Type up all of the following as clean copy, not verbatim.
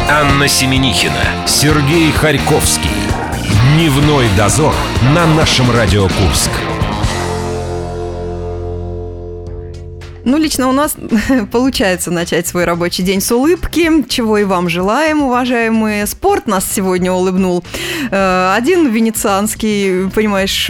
Анна Семенихина, Сергей Харьковский. Дневной дозор на нашем Радио Курск. Ну, лично у нас получается начать свой рабочий день с улыбки, чего и вам желаем, уважаемые. Спорт нас сегодня улыбнул. Один венецианский, понимаешь,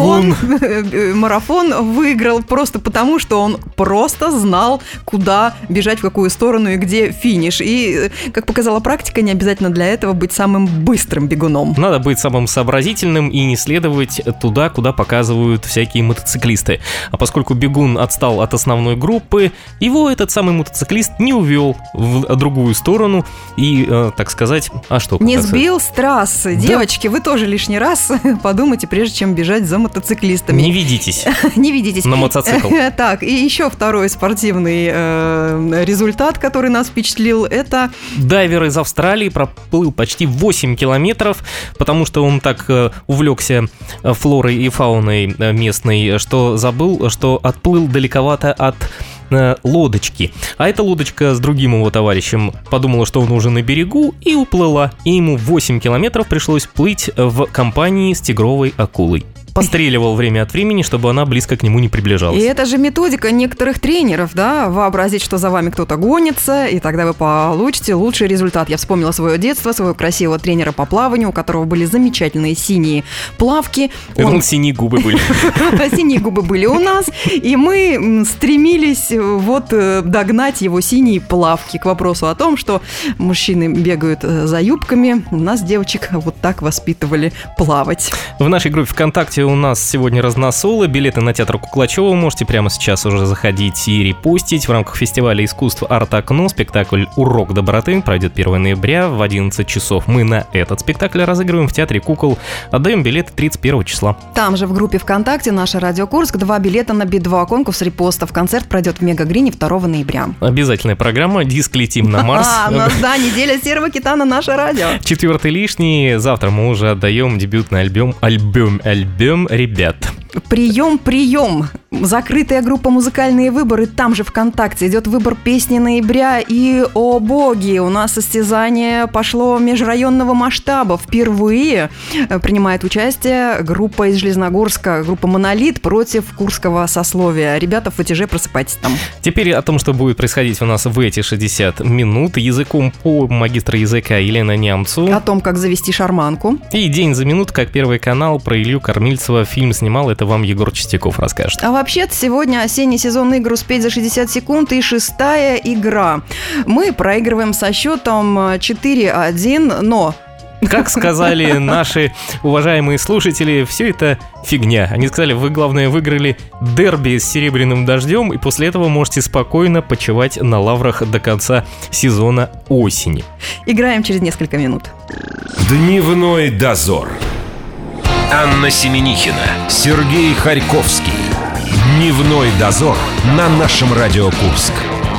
марафон выиграл просто потому, что он просто знал, куда бежать, в какую сторону и где финиш. И, как показала практика, не обязательно для этого быть самым быстрым бегуном. Надо быть самым сообразительным и не следовать туда, куда показывают всякие мотоциклисты. А поскольку бегун отстал от основной группы, его этот самый мотоциклист не увел в другую сторону и, так сказать, не сбил с трассы. Да. Девочки, вы тоже лишний раз подумайте, прежде чем бежать за мотоциклистами. Не ведитесь. Не ведитесь. На мотоцикл. Так, и еще второй спортивный результат, который нас впечатлил, это... Дайвер из Австралии проплыл почти 8 километров, потому что он так увлекся флорой и фауной местной, что забыл, что отплыл далековато от лодочки. А эта лодочка с другим его товарищем подумала, что он уже на берегу, и уплыла. И ему 8 километров пришлось плыть в компании с тигровой акулой. Постреливал время от времени, чтобы она близко к нему не приближалась. И это же методика некоторых тренеров, да? Вообразить, что за вами кто-то гонится, и тогда вы получите лучший результат. Я вспомнила свое детство, своего красивого тренера по плаванию, у которого были замечательные синие плавки. Синие губы были. Синие губы были у нас, и мы стремились догнать его синие плавки. К вопросу о том, что мужчины бегают за юбками, у нас девочек вот так воспитывали плавать. В нашей группе ВКонтакте у нас сегодня разносолы. Билеты на театр Куклачева можете прямо сейчас уже заходить и репостить. В рамках фестиваля искусств «Арт-окно» спектакль «Урок доброты» пройдет 1 ноября в 11 часов. Мы на этот спектакль разыгрываем в театре кукол. Отдаем билеты 31 числа. Там же в группе ВКонтакте «Наша Радио Курск» 2 билета на Би-2. Конкурс репостов. Концерт пройдет в Мегагрине 2 ноября. Обязательная программа. Диск летим на Марс. Неделя серого кита на наше радио. 4-й лишний. Завтра мы уже отдаем дебютный альбом ребят. Прием. Закрытая группа «Музыкальные выборы». Там же ВКонтакте идет выбор песни ноября. И, о боги, у нас состязание пошло межрайонного масштаба. Впервые принимает участие группа из Железногорска, группа «Монолит» против курского сословия. Ребята, в ФТЖ, просыпайтесь там. Теперь о том, что будет происходить у нас в эти 60 минут. Языком по магистра языка Елена Нямцу. О том, как завести шарманку. И день за минуту, как Первый канал про Илью Кормильцева фильм снимал. Это вам Егор Чистяков расскажет. А вообще-то сегодня осенний сезон игр «Успеть за 60 секунд» и 6-я игра. Мы проигрываем со счетом 4-1, но... Как сказали наши уважаемые слушатели, все это фигня. Они сказали, вы, главное, выиграли дерби с «Серебряным дождем», и после этого можете спокойно почивать на лаврах до конца сезона осени. Играем через несколько минут. Дневной дозор. Анна Семенихина, Сергей Харьковский. Дневной дозор на нашем Радио Курск.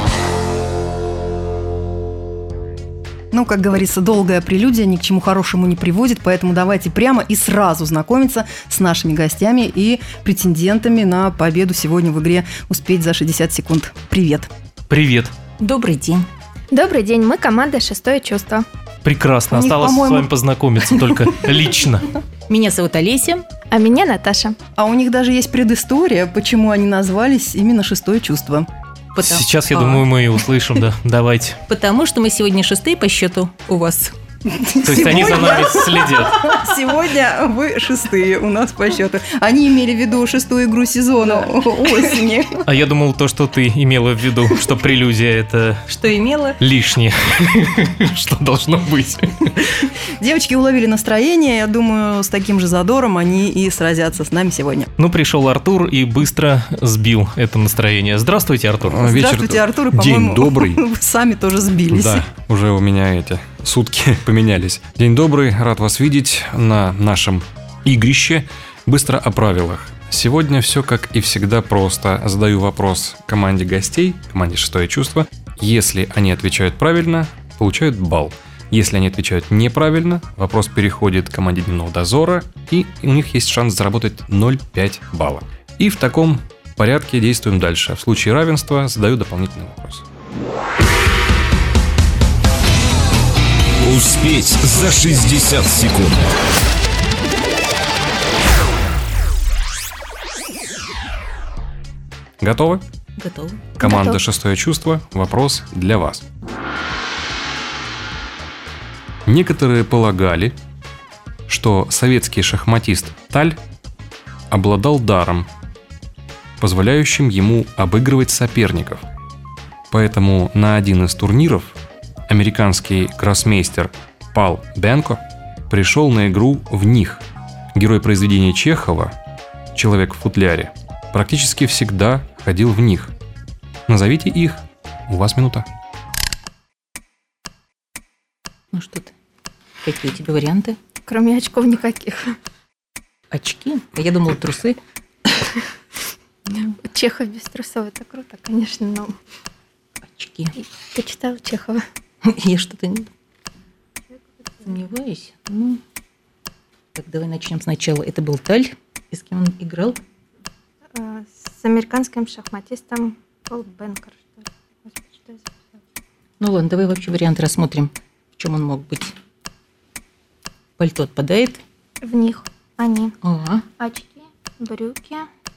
Ну, как говорится, долгая прелюдия ни к чему хорошему не приводит, поэтому давайте прямо и сразу знакомиться с нашими гостями и претендентами на победу сегодня в игре «Успеть за 60 секунд». Привет. Привет. Добрый день. Добрый день, мы команда «Шестое чувство». Прекрасно, осталось с вами познакомиться только лично. Меня зовут Олеся. А меня Наташа. А у них даже есть предыстория, почему они назвались именно «Шестое чувство». Сейчас, я думаю, мы и услышим, да. Давайте. Потому что мы сегодня 6-е по счету у вас. То есть они за нами следят. Сегодня вы 6-е у нас по счету. Они имели в виду 6-ю игру сезона осени. А я думал, то, что ты имела в виду, что прелюдия это... Что имела? Лишнее. Что должно быть. Девочки уловили настроение. Я думаю, с таким же задором они и сразятся с нами сегодня. Ну, пришел Артур и быстро сбил это настроение. Здравствуйте, Артур. Здравствуйте, Артур. И, по-моему, день добрый. Вы сами тоже сбились. Да, уже у меня сутки поменялись. День добрый, рад вас видеть на нашем игрище. Быстро о правилах. Сегодня все, как и всегда, просто. Задаю вопрос команде гостей, команде «Шестое чувство». Если они отвечают правильно, получают балл. Если они отвечают неправильно, вопрос переходит к команде «Дневного дозора», и у них есть шанс заработать 0,5 балла. И в таком порядке действуем дальше. В случае равенства задаю дополнительный вопрос. Успеть за 60 секунд. Готовы? Готово. Команда Готов. «Шестое чувство». Вопрос для вас. Некоторые полагали, что советский шахматист Таль обладал даром, позволяющим ему обыгрывать соперников. Поэтому на один из турниров американский гроссмейстер Пал Бенко пришел на игру в них. Герой произведения Чехова «Человек в футляре» практически всегда ходил в них. Назовите их. У вас минута. Ну что ты? Какие у тебя варианты? Кроме очков никаких. Очки? А я думала, трусы. Чехов без трусов, это круто, конечно, но Очки. ты читал Чехова? Я что-то не сомневаюсь. Ну, так, давай начнем сначала. Это был Таль. И с кем он играл? С американским шахматистом Пол Бенкер. Господи, что я записала? Ну ладно, давай вообще вариант рассмотрим, в чем он мог быть. Пальто отпадает. В них они Ага. очки, брюки.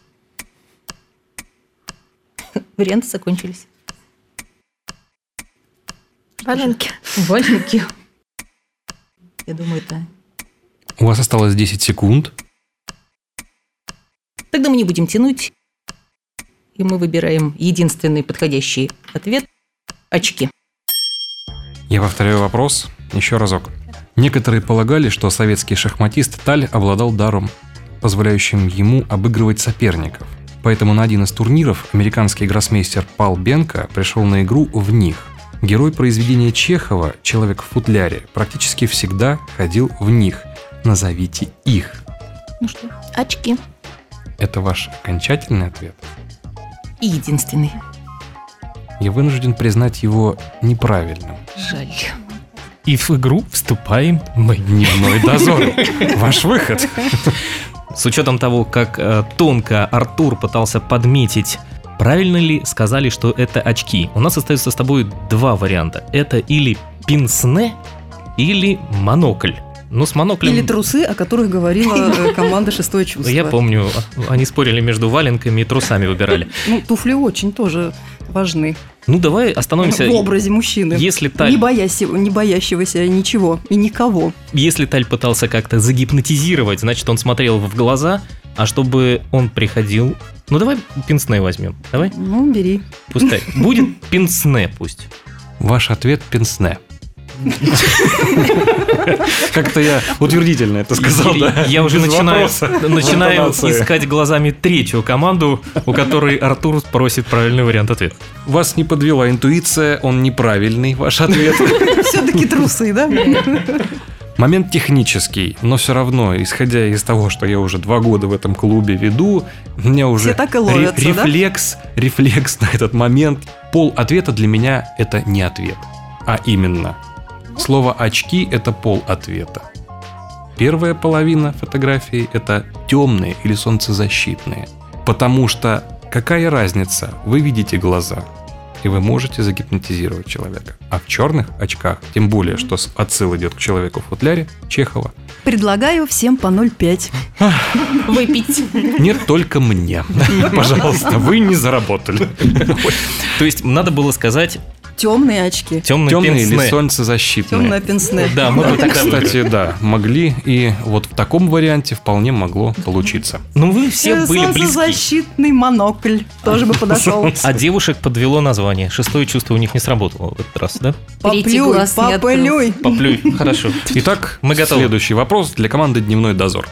Варианты закончились. Валенки. Валенки. Я думаю, это... У вас осталось 10 секунд. Тогда мы не будем тянуть. И мы выбираем единственный подходящий ответ. Очки. Я повторяю вопрос еще разок. Некоторые полагали, что советский шахматист Таль обладал даром, позволяющим ему обыгрывать соперников. Поэтому на один из турниров американский гроссмейстер Пал Бенко пришел на игру в них. Герой произведения Чехова «Человек в футляре» практически всегда ходил в них. Назовите их. Ну что? Очки. Это ваш окончательный ответ? И единственный. Я вынужден признать его неправильным. Жаль. И в игру вступаем мы. Дневной дозор. Ваш выход. С учетом того, как тонко Артур пытался подметить, правильно ли сказали, что это очки, у нас остается с тобой два варианта. Это или пинсне, или монокль. Ну, с моноклем... Или трусы, о которых говорила команда «Шестое чувство». Я помню, они спорили между валенками и трусами выбирали. Ну, туфли очень тоже важны. Ну, давай остановимся. В образе мужчины. Если Таль... Не боящегося ничего и никого. Если Таль пытался как-то загипнотизировать, значит, он смотрел в глаза, а чтобы он приходил... Ну, давай пинсне возьмем. Давай? Ну, бери. Пускай. Будет пинсне пусть. Ваш ответ – пенсне. Как-то я утвердительно это сказал, да? Я уже Без начинаю вопроса. искать Интонации. глазами третью команду, у которой Артур просит правильный вариант ответа. Вас не подвела интуиция, он неправильный, ваш ответ. Все-таки трусы, да? Момент технический, но все равно, исходя из того, что я уже 2 года в этом клубе веду, у меня уже Все так и ловятся, да? рефлекс на этот момент. Пол ответа для меня – это не ответ, а именно слово «очки» – это пол ответа. Первая половина фотографии – это темные или солнцезащитные, потому что какая разница, вы видите глаза, и вы можете загипнотизировать человека. А в черных очках, тем более, что отсыл идет к человеку в футляре Чехова, Предлагаю всем по 0,5. Выпить. нет, только мне. Пожалуйста, вы не заработали. То есть надо было сказать Темные очки. темный Темные или пенсне. солнцезащитные. Темное пенсне. Да, мы бы тогда Кстати, да, могли, и вот в таком варианте вполне могло получиться. Ну, вы все были близки. Солнцезащитный монокль тоже бы подошел. А девушек подвело название. Шестое чувство у них не сработало в этот раз, да? Третий Поплюй, глаз не поплюй. Поплюй. Хорошо. Итак, Мы готовы. следующий вопрос для команды «Дневной дозор».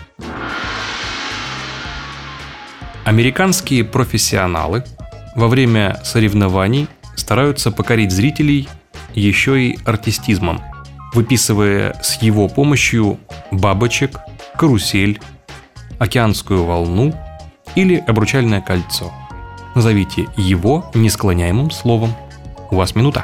Американские профессионалы во время соревнований стараются покорить зрителей еще и артистизмом, выписывая с его помощью бабочек, карусель, океанскую волну или обручальное кольцо. Назовите его несклоняемым словом. У вас минута.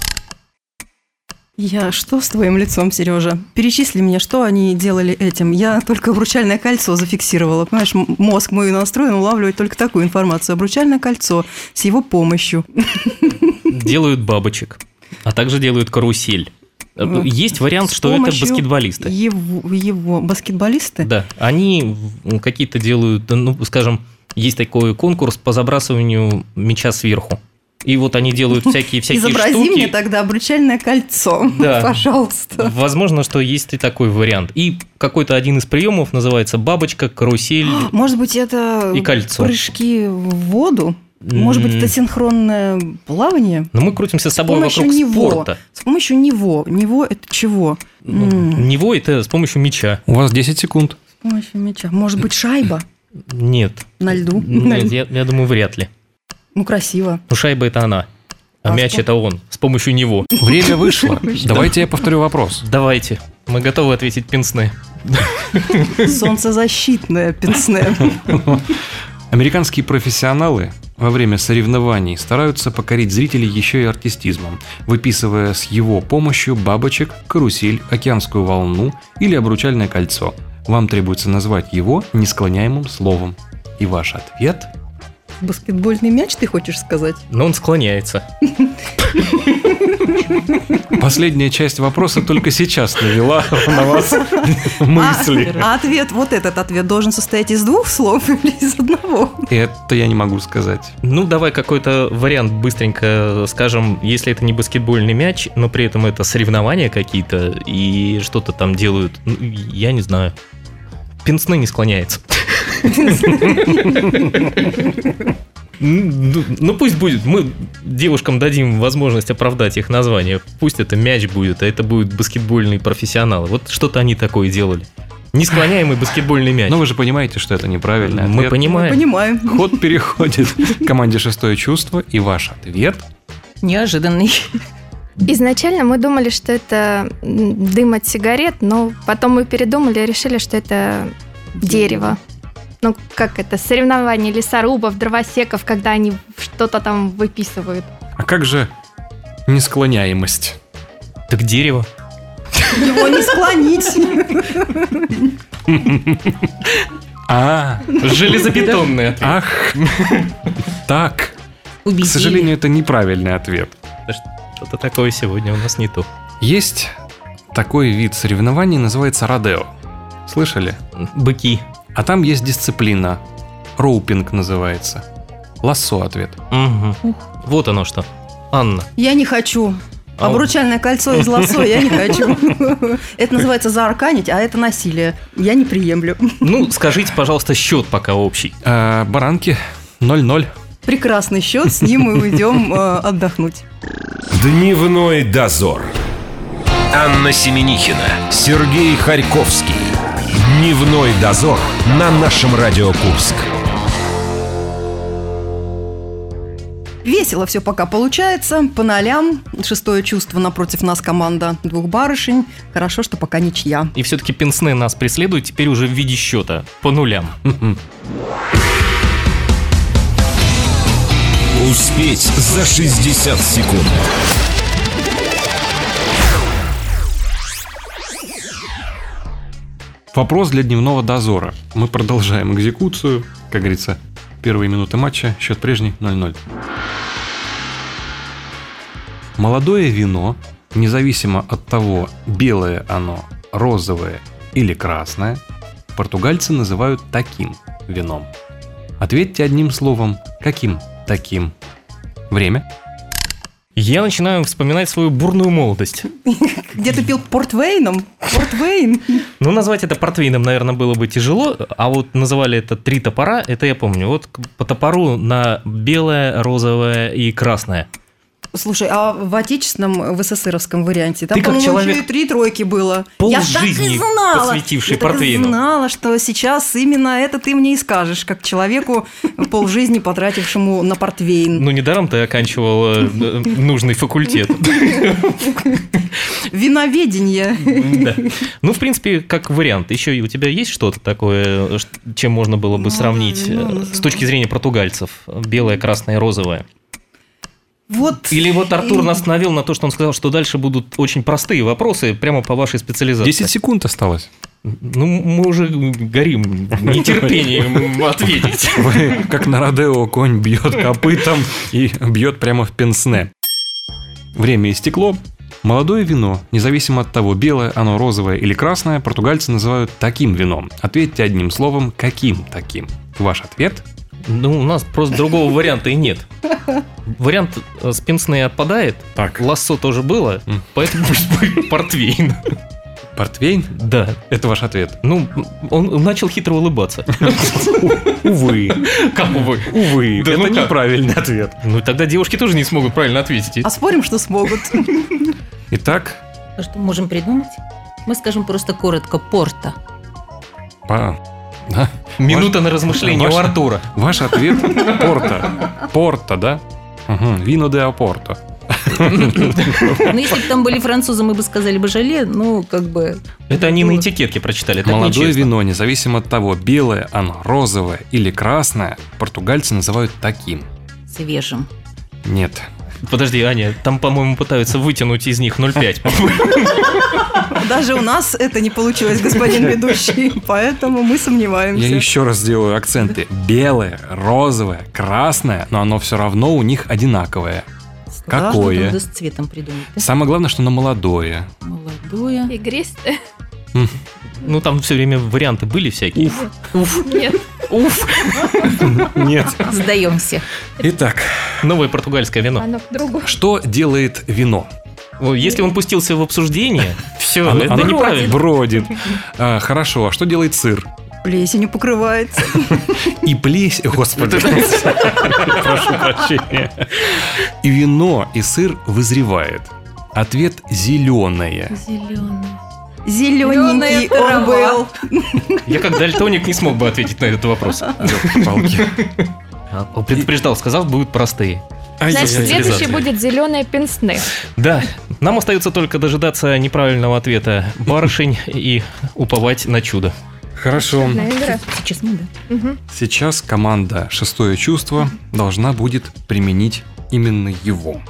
Что с твоим лицом, Сережа? Перечисли мне, что они делали этим. Я только обручальное кольцо зафиксировала. Понимаешь, мозг мой настроен улавливать только такую информацию. Обручальное кольцо с его помощью. Делают бабочек, а также делают карусель. Есть вариант, С что это помощью баскетболисты. Его баскетболисты? Да, они какие-то делают, ну, скажем, есть такой конкурс по забрасыванию мяча сверху. И вот они делают всякие Изобрази штуки. мне тогда обручальное кольцо, Да. пожалуйста. Возможно, что есть и такой вариант. И какой-то один из приемов называется бабочка, карусель. Может быть, это И кольцо. прыжки в воду? Может быть, это синхронное плавание? Но мы крутимся с собой помощью вокруг него. спорта. С помощью него. Него это чего? Него это с помощью мяча. У вас 10 секунд. С помощью мяча. Может быть, шайба Нет. на льду? Нет, я думаю, вряд ли. Ну, красиво. Ну, шайба это она, а мяч это он, с помощью него. Время вышло. Давайте я повторю вопрос. Давайте, мы готовы ответить пенсне. Солнцезащитное пенсне. Американские профессионалы во время соревнований стараются покорить зрителей еще и артистизмом, выписывая с его помощью бабочек, карусель, океанскую волну или обручальное кольцо. Вам требуется назвать его несклоняемым словом. И ваш ответ... Баскетбольный мяч, ты хочешь сказать? Но он склоняется. Последняя часть вопроса только сейчас навела на вас мысли. А ответ, вот этот ответ должен состоять из двух слов или из одного? Это я не могу сказать. Ну, давай какой-то вариант быстренько скажем, если это не баскетбольный мяч, но при этом это соревнования какие-то и что-то там делают, ну, я не знаю. Пенсне не склоняется. Ну, пусть будет. Мы девушкам дадим возможность оправдать их название. Пусть это мяч будет, а это будут баскетбольные профессионалы. Вот что-то они такое делали. Несклоняемый баскетбольный мяч. Но вы же понимаете, что это неправильный ответ. Мы понимаем. Понимаем. Ход переходит к команде «Шестое чувство», и ваш ответ... Неожиданный. Изначально мы думали, что это дым от сигарет, но потом мы передумали и решили, что это дерево. Ну, как это, соревнования лесорубов, дровосеков, когда они что-то там выписывают. А как же несклоняемость? Так дерево. Его не склонить. Железобетонный ответ. Ах, так. К Убедили. сожалению, это неправильный ответ. Что-то такое сегодня у нас не то. Есть такой вид соревнований, называется родео. Слышали? Быки. А там есть дисциплина. Роупинг называется. Лассо ответ. Угу. Вот оно что. Анна. Я не хочу. Обручальное кольцо из лассо я не хочу. Это называется заарканить, а это насилие. Я не приемлю. Ну, скажите, пожалуйста, счет пока общий. Баранки 0-0. Прекрасный счет, с ним мы уйдем отдохнуть. Дневной дозор. Анна Семенихина, Сергей Харьковский. Дневной дозор на нашем Радио Курск. Весело все пока получается, по нолям. Шестое чувство, напротив нас команда двух барышень. Хорошо, что пока ничья. И все-таки пенсне нас преследует теперь уже в виде счета по нулям. Успеть за 60 секунд. Вопрос для дневного дозора. Мы продолжаем экзекуцию. Как говорится, первые минуты матча, счет прежний 0-0. Молодое вино, независимо от того, белое оно, розовое или красное, португальцы называют таким вином. Ответьте одним словом, каким таким? Время. Я начинаю вспоминать свою бурную молодость. Где ты пил портвейном? Портвейн. Ну, назвать это портвейном, наверное, было бы тяжело, а вот называли это «Три топора», это я помню. Вот по топору на белое, розовое и красное. Слушай, а в отечественном, в СССРовском варианте, там, Ты как по-моему, человек, еще и 3 тройки было. Я так и полжизни знала. посвятивший Я так и портвейну. знала, что сейчас именно это ты мне и скажешь, как человеку, полжизни потратившему на портвейн. Ну, недаром ты оканчивал нужный факультет. Виноведение. Да. Ну, в принципе, как вариант. Еще и у тебя есть что-то такое, чем можно было бы сравнить с точки зрения португальцев? Белое, красное, розовое. Вот. Или вот Артур нас остановил на то, что он сказал, что дальше будут очень простые вопросы прямо по вашей специализации. 10 секунд осталось. Ну, мы уже горим нетерпением ответить. Вы, как на родео, конь бьет копытом и бьет прямо в пенсне. Время истекло. Молодое вино, независимо от того, белое оно, розовое или красное, португальцы называют таким вином. Ответьте одним словом, каким таким? Ваш ответ? Ну, у нас просто другого варианта и нет. Вариант с пенсне отпадает. Так. Лассо тоже было, поэтому пусть будет портвейн. Портвейн? Да. Это ваш ответ? Ну, он начал хитро улыбаться. Увы. Как увы? Увы, Да это ну как? неправильный ответ. Ну, тогда девушки тоже не смогут правильно ответить. А спорим, что смогут. Итак, А что можем придумать? Мы скажем просто коротко «порто». да? Минута на размышление у Артура. Ваш ответ – Порто. Порто, да? Вино де Апорто. Ну, если бы там были французы, мы бы сказали «божале», ну, как бы... Это они на этикетке прочитали. Так Молодое нечестно. вино, независимо от того, белое оно, розовое или красное, португальцы называют таким. Свежим. Нет. Подожди, Аня, там, по-моему, пытаются вытянуть из них 0,5. Даже у нас это не получилось, господин ведущий, поэтому мы сомневаемся. Я еще раз сделаю акценты. Белое, розовое, красное, но оно все равно у них одинаковое. Что там Какое? надо с цветом придумать, да? Самое главное, что оно молодое. Молодое. Игристое? Ну, там все время варианты были всякие. Нет. Уф. Нет. Сдаемся. Итак, Новое португальское вино. Оно к другу. что делает вино? Если он пустился в обсуждение, все, Оно- это оно неправильно. Бродит. Хорошо, а что делает сыр? Плесенью покрывается. И плесень, господи, прошу прощения. И вино, и сыр вызревает. Ответ зеленое. Зелененький он был. Я как дальтоник не смог бы ответить на этот вопрос. Палки. Он предупреждал, сказал, будут простые. Значит, следующий Цивилизация. будет зеленое пенсне. Да, нам остается только дожидаться неправильного ответа барышень и уповать на чудо. Хорошо. Игра. Сейчас мы, да. Мгм. Сейчас команда «Шестое чувство» должна будет применить именно его.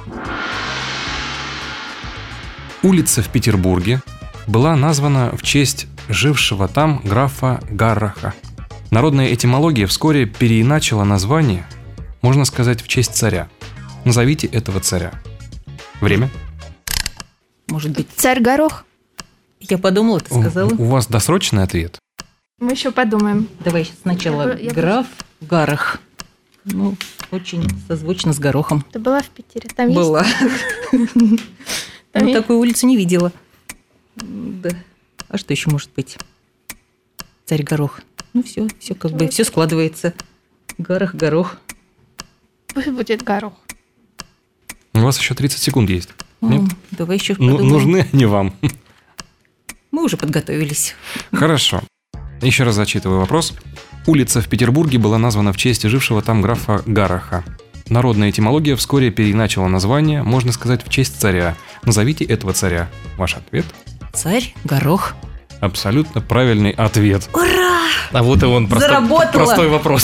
Улица в Петербурге была названа в честь жившего там графа Гарраха. Народная этимология вскоре переиначила название, можно сказать, в честь царя. Назовите этого царя. Время. Может быть, Царь Горох. я подумала, ты сказала. У вас досрочный ответ? Мы еще подумаем. Давай сначала Я граф Гарах. Ну, очень созвучно с горохом. Ты была в Питере? Там есть? Была. Там Ну, есть? такую улицу не видела. Да. А что еще может быть? Царь Горох. Ну, все как бы, все складывается. Гарах, горох. Пусть будет Горох. У вас еще 30 секунд есть. Нет? Давай еще Ну, подумаем. нужны они вам. Мы уже подготовились. Хорошо. Еще раз зачитываю вопрос. Улица в Петербурге была названа в честь жившего там графа Гарраха. Народная этимология вскоре переиначила название, можно сказать, в честь царя. Назовите этого царя. Ваш ответ? Царь, горох. Абсолютно правильный ответ. А вот и он, Заработала. простой вопрос.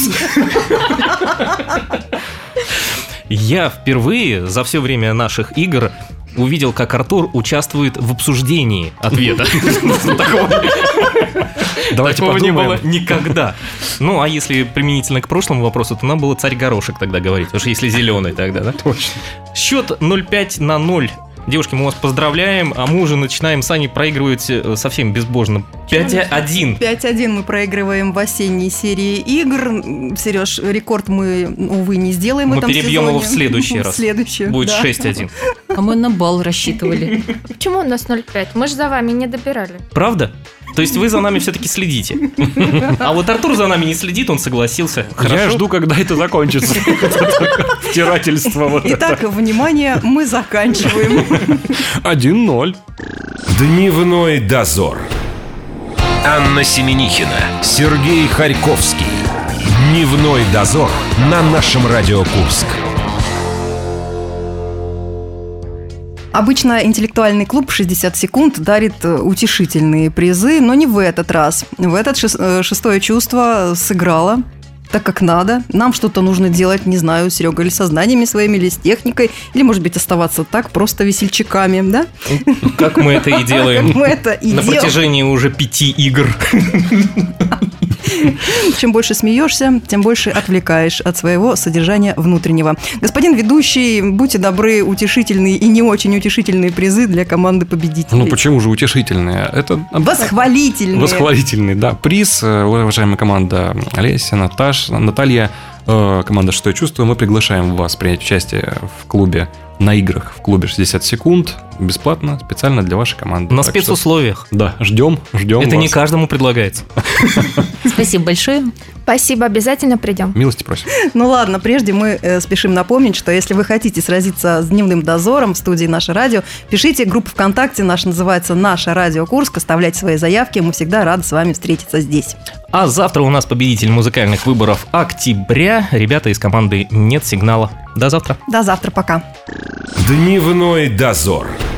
Я впервые за все время наших игр увидел, как Артур участвует в обсуждении ответа. Давайте Такого не подумаем. было никогда. Ну, а если применительно к прошлому вопросу, то нам было царь горошек тогда говорить. Потому что если зеленый тогда, да? Точно. Счет 0-5-0. Девушки, мы вас поздравляем, а мы уже начинаем с Аней проигрывать совсем безбожно. 5-1. 5-1 мы проигрываем в осенней серии игр. Сереж, рекорд мы, увы, не сделаем в Мы этом перебьем сезоне. его в следующий раз. В следующий, Будет да. 6-1. А мы на бал рассчитывали. Почему у нас 0,5? Мы же за вами не добирали. Правда? То есть вы за нами все-таки следите. А вот Артур за нами не следит, он согласился. Я Хорошо. жду, когда это закончится. Втирательство вот это. Итак, внимание, мы заканчиваем. 1-0. Дневной дозор. Анна Семенихина, Сергей Харьковский. Дневной дозор на нашем Радио Курск. Обычно интеллектуальный клуб «60 секунд» дарит утешительные призы, но не в этот раз. В этот шестое чувство сыграло так, как надо. Нам что-то нужно делать, не знаю, Серега, или со знаниями своими, или с техникой, или, может быть, оставаться так, просто весельчаками, да? Как мы это и делаем Как мы это и на делаем. протяжении уже 5 игр. Чем больше смеешься, тем больше отвлекаешь от своего содержания внутреннего. Господин ведущий, будьте добры, утешительные и не очень утешительные призы для команды победителей. Ну почему же утешительные? Это Восхвалительные. Восхвалительный, да. Приз, уважаемая команда Олеся, Наталья, команда «Что я чувствую», мы приглашаем вас принять участие в клубе на играх в клубе 60 секунд бесплатно, специально для вашей команды. На спецусловиях. Да, ждем Это вас. не каждому предлагается. Спасибо большое. Спасибо, обязательно придем. Милости просим. Ну ладно, прежде мы спешим напомнить, что если вы хотите сразиться с дневным дозором в студии «Наше радио», пишите группу ВКонтакте, наша называется «Наше радио Курск», оставляйте свои заявки, мы всегда рады с вами встретиться здесь. А завтра у нас победитель музыкальных выборов октября. Ребята из команды «Нет сигнала». До завтра. До завтра, пока. Дневной дозор.